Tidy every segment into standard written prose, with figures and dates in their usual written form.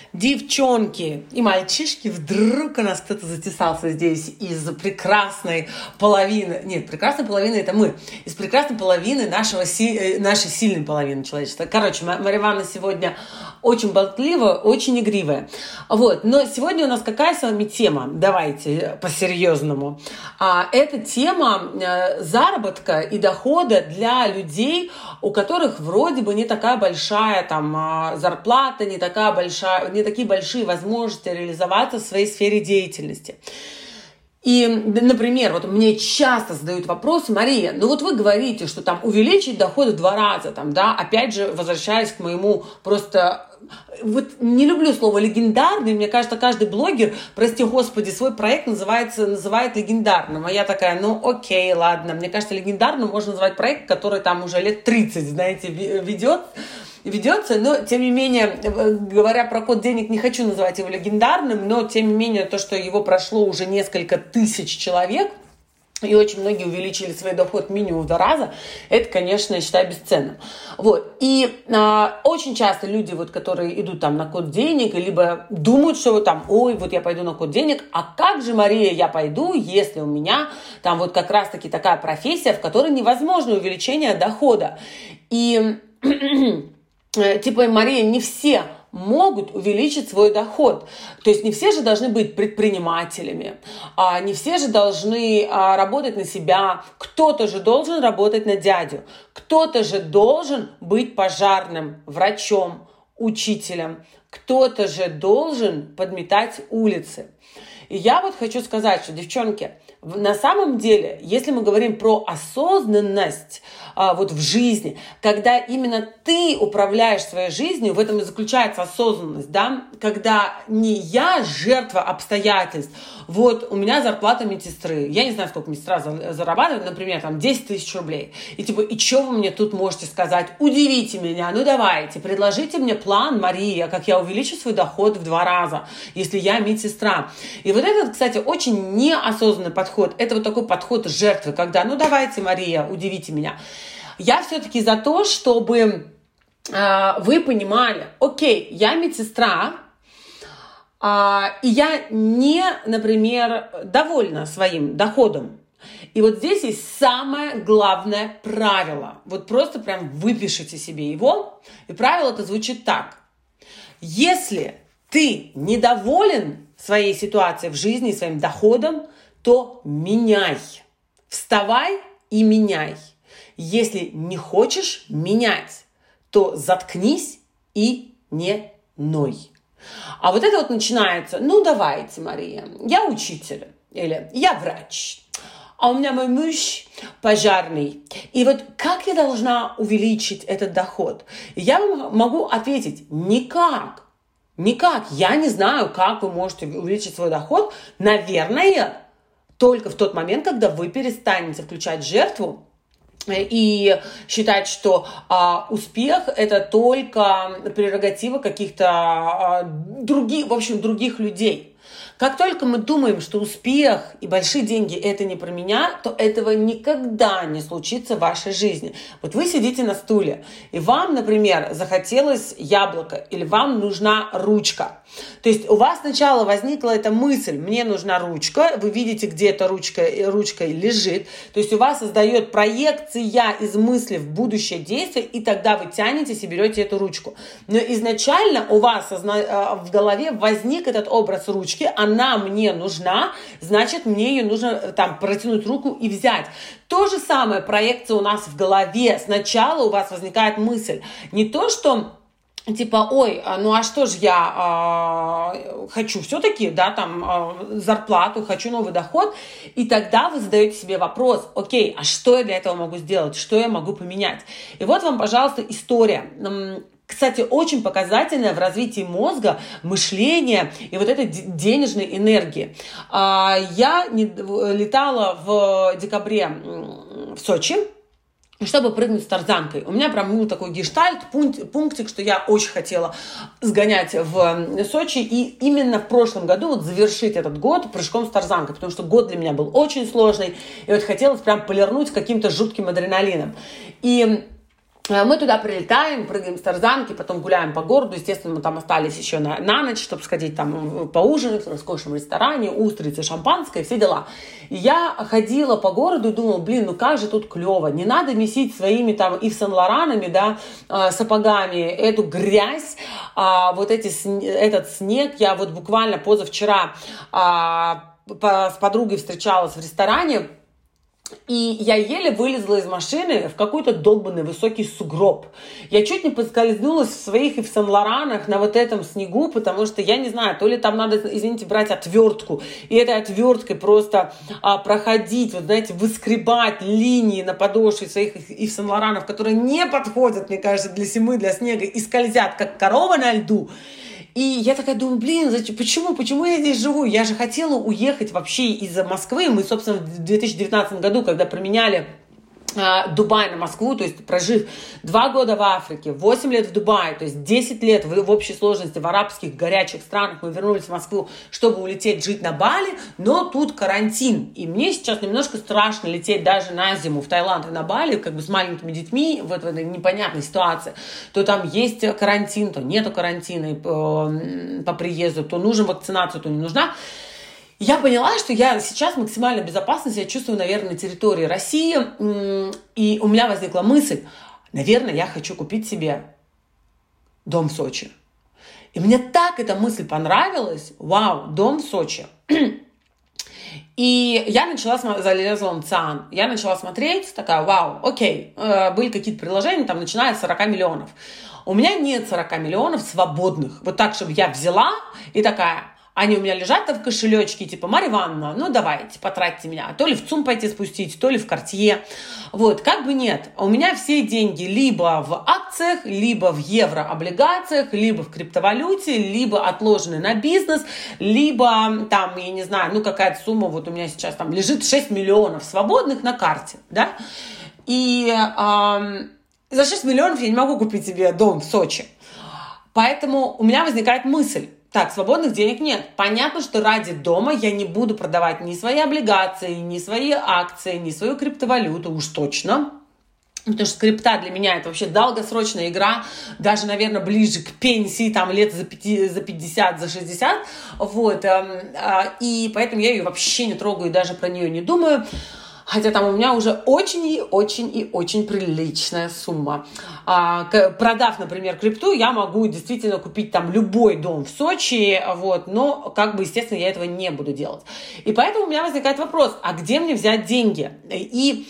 Девчонки и мальчишки, вдруг у нас кто-то затесался здесь из прекрасной половины. Нет, прекрасной половины это мы. Из прекрасной половины нашей сильной половины человечества. Короче, Мария Ивановна сегодня очень болтливая, очень игривая. Вот. Но сегодня у нас какая с вами тема? Давайте по-серьезному. Это тема заработка и дохода для людей, у которых вроде бы не такая большая там зарплата, не такие большие возможности реализоваться в своей сфере деятельности. И, например, вот мне часто задают вопрос: Мария, ну вот вы говорите, что там увеличить доход в 2 раза, там, да, опять же, возвращаясь к моему просто... Вот не люблю слово легендарный, мне кажется, каждый блогер, прости господи, свой проект называет легендарным. А я такая, ну окей, ладно, мне кажется, легендарным можно назвать проект, который там уже лет 30, знаете, ведется, но, тем не менее, говоря про код денег, не хочу называть его легендарным, но, тем не менее, то, что его прошло уже несколько тысяч человек, и очень многие увеличили свой доход минимум в 2 раза, это, конечно, я считаю бесценным. Вот. И очень часто люди, вот, которые идут там на код денег, либо думают, что вот там, ой, вот я пойду на код денег, а как же, Мария, я пойду, если у меня там вот как раз-таки такая профессия, в которой невозможно увеличение дохода. И типа, Мария, не все могут увеличить свой доход. То есть не все же должны быть предпринимателями, не все же должны работать на себя. Кто-то же должен работать на дядю, кто-то же должен быть пожарным, врачом, учителем, кто-то же должен подметать улицы. И я вот хочу сказать, что, девчонки, на самом деле, если мы говорим про осознанность вот в жизни, когда именно ты управляешь своей жизнью, в этом и заключается осознанность, да, когда не я жертва обстоятельств, вот у меня зарплата медсестры, я не знаю, сколько медсестра зарабатывает, например, там 10 тысяч рублей, и типа, и что вы мне тут можете сказать? Удивите меня, ну давайте, предложите мне план, Мария, как я увеличу свой доход в 2 раза, если я медсестра. И вот этот, кстати, очень неосознанный подход, это вот такой подход жертвы, когда, ну давайте, Мария, удивите меня. Я все-таки за то, чтобы вы понимали, окей, я медсестра, и я не, например, довольна своим доходом. И вот здесь есть самое главное правило. Вот просто прям выпишите себе его. И правило это звучит так. Если ты недоволен своей ситуацией в жизни, своим доходом, то меняй. Вставай и меняй. Если не хочешь менять, то заткнись и не ной. А вот это вот начинается, ну давайте, Мария, я учитель или я врач, а у меня мой муж пожарный. И вот как я должна увеличить этот доход? Я вам могу ответить, никак. Никак. Я не знаю, как вы можете увеличить свой доход. Наверное, только в тот момент, когда вы перестанете включать жертву и считать, что успех – это только прерогатива каких-то других людей. Как только мы думаем, что успех и большие деньги – это не про меня, то этого никогда не случится в вашей жизни. Вот вы сидите на стуле, и вам, например, захотелось яблоко, или вам нужна ручка. То есть у вас сначала возникла эта мысль, мне нужна ручка, вы видите, где эта ручка лежит. То есть у вас создает проекция из мысли в будущее действие, и тогда вы тянетесь и берете эту ручку. Но изначально у вас в голове возник этот образ ручки, она мне нужна, значит, мне ее нужно там протянуть руку и взять. То же самое проекция у нас в голове. Сначала у вас возникает мысль. Не то, что типа, ой, ну а что же я хочу все-таки, да, там, зарплату, хочу новый доход. И тогда вы задаете себе вопрос, окей, а что я для этого могу сделать? Что я могу поменять? И вот вам, пожалуйста, история. Кстати, очень показательная в развитии мозга, мышления и вот этой денежной энергии. Я летала в декабре в Сочи, чтобы прыгнуть с тарзанкой. У меня прям был такой гештальт, пунктик, что я очень хотела сгонять в Сочи и именно в прошлом году вот завершить этот год прыжком с тарзанкой, потому что год для меня был очень сложный, и вот хотелось прям полирнуть каким-то жутким адреналином. И Мы туда прилетаем, прыгаем с тарзанки, потом гуляем по городу. Естественно, мы там остались еще на ночь, чтобы сходить там поужинать в роскошном ресторане, устрицы, шампанское, все дела. И я ходила по городу и думала, ну как же тут клево. Не надо месить своими там Ив Сен-Лоранами, да, сапогами эту грязь, этот снег. Я вот буквально позавчера с подругой встречалась в ресторане, и я еле вылезла из машины в какой-то долбанный высокий сугроб. Я чуть не поскользнулась в своих Ив Сен-Лоранах на вот этом снегу, потому что, я не знаю, то ли там надо, извините, брать отвертку, и этой отверткой просто проходить, вот знаете, выскребать линии на подошве своих Ив Сен-Лоранов, которые не подходят, мне кажется, для зимы, для снега, и скользят, как корова на льду. И я такая думаю, почему я здесь живу? Я же хотела уехать вообще из Москвы. Мы, собственно, в 2019 году, когда променяли Дубай на Москву, то есть прожив 2 года в Африке, 8 лет в Дубае, то есть 10 лет в общей сложности в арабских горячих странах, мы вернулись в Москву, чтобы улететь жить на Бали, но тут карантин. И мне сейчас немножко страшно лететь даже на зиму в Таиланд и на Бали, как бы с маленькими детьми в этой непонятной ситуации. То там есть карантин, то нету карантина по приезду, то нужна вакцинация, то не нужна. Я поняла, что я сейчас максимально безопасно себя чувствую, наверное, на территории России. И у меня возникла мысль, наверное, я хочу купить себе дом в Сочи. И мне так эта мысль понравилась. Вау, дом в Сочи. И я залезла в ЦИАН. Я начала смотреть, такая, вау, окей. Были какие-то предложения, там, начиная с 40 миллионов. У меня нет 40 миллионов свободных. Вот так, чтобы я взяла и такая... Они у меня лежат там в кошелечке, типа, Марья Ивановна, ну давайте, потратьте меня. То ли в ЦУМ пойти спустить, то ли в Картье. Вот, как бы нет. У меня все деньги либо в акциях, либо в еврооблигациях, либо в криптовалюте, либо отложены на бизнес, либо там, я не знаю, ну какая-то сумма, вот у меня сейчас там лежит 6 миллионов свободных на карте, да. И за 6 миллионов я не могу купить себе дом в Сочи. Поэтому у меня возникает мысль, так, свободных денег нет. Понятно, что ради дома я не буду продавать ни свои облигации, ни свои акции, ни свою криптовалюту, уж точно. Потому что крипта для меня это вообще долгосрочная игра, даже, наверное, ближе к пенсии, там лет за 50, за 60. Вот. И поэтому я ее вообще не трогаю, даже про нее не думаю. Хотя там у меня уже очень приличная сумма. Продав, например, крипту, я могу действительно купить там любой дом в Сочи, вот, но, как бы, естественно, я этого не буду делать. И поэтому у меня возникает вопрос, а где мне взять деньги? И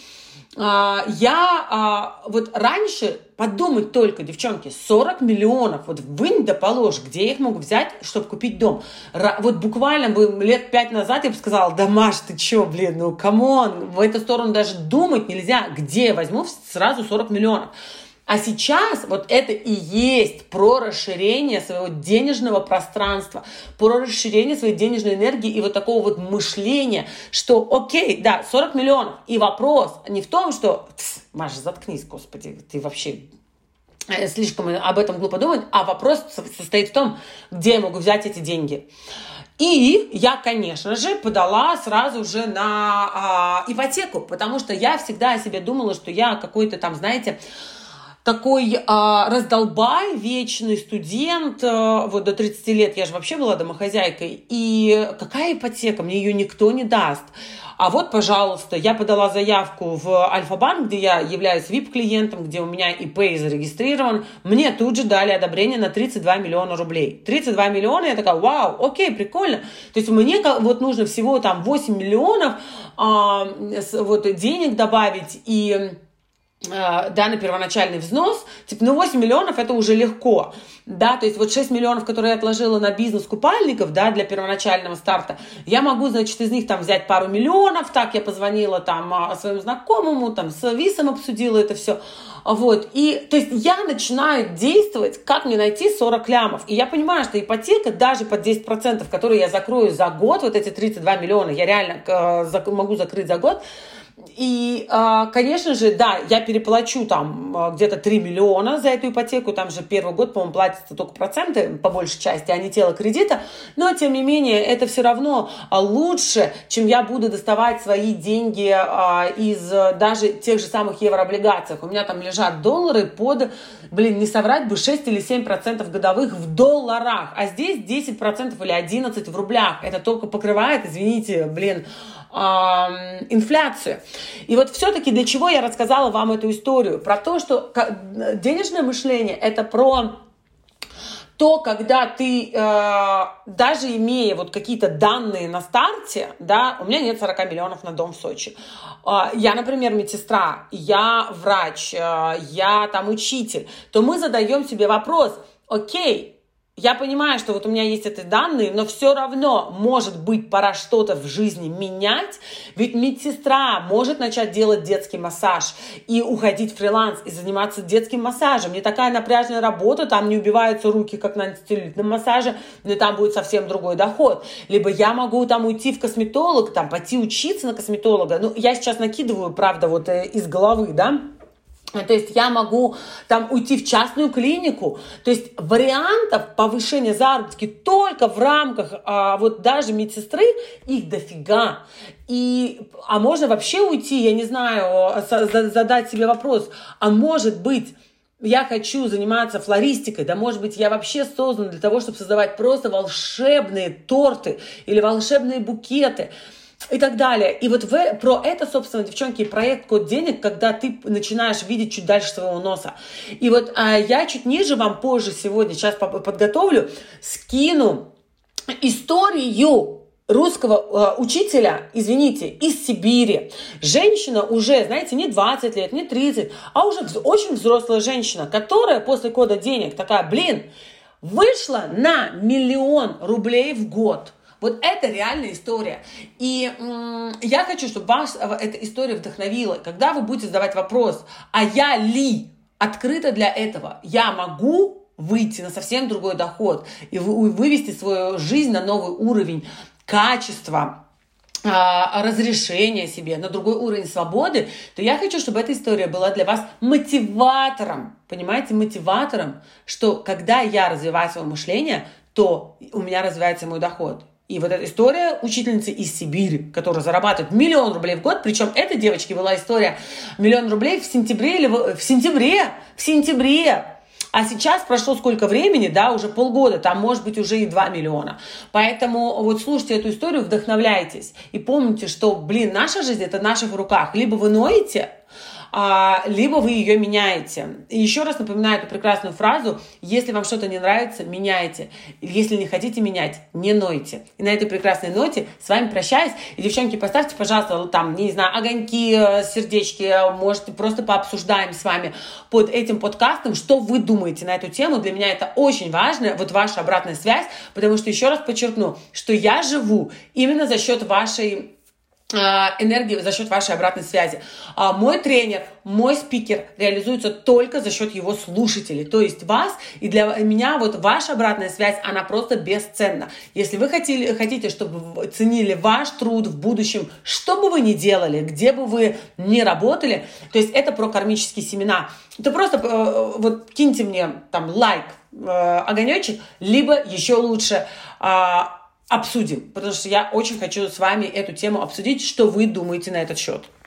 вот раньше подумать только, девчонки, 40 миллионов, вот вынь да положь, где я их могу взять, чтобы купить дом? Вот буквально лет 5 назад я бы сказала, да, Маш, ты чё, ну камон, в эту сторону даже думать нельзя, где я возьму сразу 40 миллионов. А сейчас вот это и есть про расширение своего денежного пространства, про расширение своей денежной энергии и вот такого вот мышления, что окей, да, 40 миллионов. И вопрос не в том, что... Маша, заткнись, господи, ты вообще слишком об этом глупо думать, а вопрос состоит в том, где я могу взять эти деньги. И я, конечно же, подала сразу же на ипотеку, потому что я всегда о себе думала, что я какой-то там, знаете... такой раздолбай, вечный студент, вот до 30 лет я же вообще была домохозяйкой, и какая ипотека, мне ее никто не даст. А вот, пожалуйста, я подала заявку в Альфа-банк, где я являюсь VIP-клиентом, где у меня ИП зарегистрирован, мне тут же дали одобрение на 32 миллиона рублей. 32 миллиона, я такая, вау, окей, прикольно. То есть мне вот нужно всего там 8 миллионов вот, денег добавить и... да, на первоначальный взнос, типа, 8 миллионов это уже легко, да, то есть вот 6 миллионов, которые я отложила на бизнес купальников, да, для первоначального старта, я могу, значит, из них там взять пару миллионов, так, я позвонила там своему знакомому, там, с Висом обсудила это все, вот, и, то есть я начинаю действовать, как мне найти 40 лямов, и я понимаю, что ипотека даже под 10%, которые я закрою за год, вот эти 32 миллиона, я реально могу закрыть за год, И, конечно же, да, я переплачу там где-то 3 миллиона за эту ипотеку, там же первый год, по-моему, платятся только проценты по большей части, а не тело кредита, но, тем не менее, это все равно лучше, чем я буду доставать свои деньги из даже тех же самых еврооблигаций. У меня там лежат доллары под, не соврать бы, 6 или 7% годовых в долларах, а здесь 10% или 11% в рублях. Это только покрывает, извините, инфляцию. И вот все-таки для чего я рассказала вам эту историю? Про то, что денежное мышление – это про то, когда ты, даже имея вот какие-то данные на старте, да, у меня нет 40 миллионов на дом в Сочи. Я, например, медсестра, я врач, я там учитель, то мы задаем себе вопрос: окей, я понимаю, что вот у меня есть эти данные, но все равно, может быть, пора что-то в жизни менять, ведь медсестра может начать делать детский массаж и уходить в фриланс и заниматься детским массажем. Не такая напряженная работа, там не убиваются руки, как на антицеллюлитном массаже, но там будет совсем другой доход. Либо я могу там уйти в косметолог, там пойти учиться на косметолога. Ну, я сейчас накидываю, правда, вот из головы, да. То есть я могу там уйти в частную клинику. То есть вариантов повышения заработки только в рамках вот даже медсестры их дофига. А можно вообще уйти, я не знаю, задать себе вопрос, а может быть, я хочу заниматься флористикой, да, может быть, я вообще создан для того, чтобы создавать просто волшебные торты или волшебные букеты и так далее. И вот про это, собственно, девчонки, проект «Код денег», когда ты начинаешь видеть чуть дальше своего носа. И вот я чуть ниже вам позже сегодня, сейчас подготовлю, скину историю русского учителя, извините, из Сибири. Женщина уже, знаете, не 20 лет, не 30, а уже очень взрослая женщина, которая после кода денег такая, вышла на 1 миллион рублей в год. Вот это реальная история. И я хочу, чтобы вас эта история вдохновила. Когда вы будете задавать вопрос, а я ли открыта для этого? Я могу выйти на совсем другой доход и вывести свою жизнь на новый уровень качества, разрешения себе, на другой уровень свободы, то я хочу, чтобы эта история была для вас мотиватором. Понимаете, мотиватором, что когда я развиваю свое мышление, то у меня развивается мой доход. И вот эта история учительницы из Сибири, которая зарабатывает 1 миллион рублей в год, причем этой девочке была история 1 миллион рублей в сентябре. А сейчас прошло сколько времени, да, уже полгода, там может быть уже и 2 миллиона. Поэтому вот слушайте эту историю, вдохновляйтесь. И помните, что, наша жизнь это в наших руках. Либо вы ноете, либо вы ее меняете. И еще раз напоминаю эту прекрасную фразу: если вам что-то не нравится, меняйте. Если не хотите менять, не нойте. И на этой прекрасной ноте с вами прощаюсь. И, девчонки, поставьте, пожалуйста, там, не знаю, огоньки, сердечки, можете просто пообсуждаем с вами под этим подкастом, что вы думаете на эту тему. Для меня это очень важно, вот ваша обратная связь, потому что, еще раз подчеркну, что я живу именно за счет вашей энергии, за счет вашей обратной связи. Мой тренер, мой спикер реализуется только за счет его слушателей, то есть вас. И для меня вот ваша обратная связь, она просто бесценна. Если вы хотите, чтобы ценили ваш труд в будущем, что бы вы ни делали, где бы вы ни работали, то есть это про кармические семена, то просто вот киньте мне там лайк, огонечек, либо еще лучше обсудим, потому что я очень хочу с вами эту тему обсудить, что вы думаете на этот счет.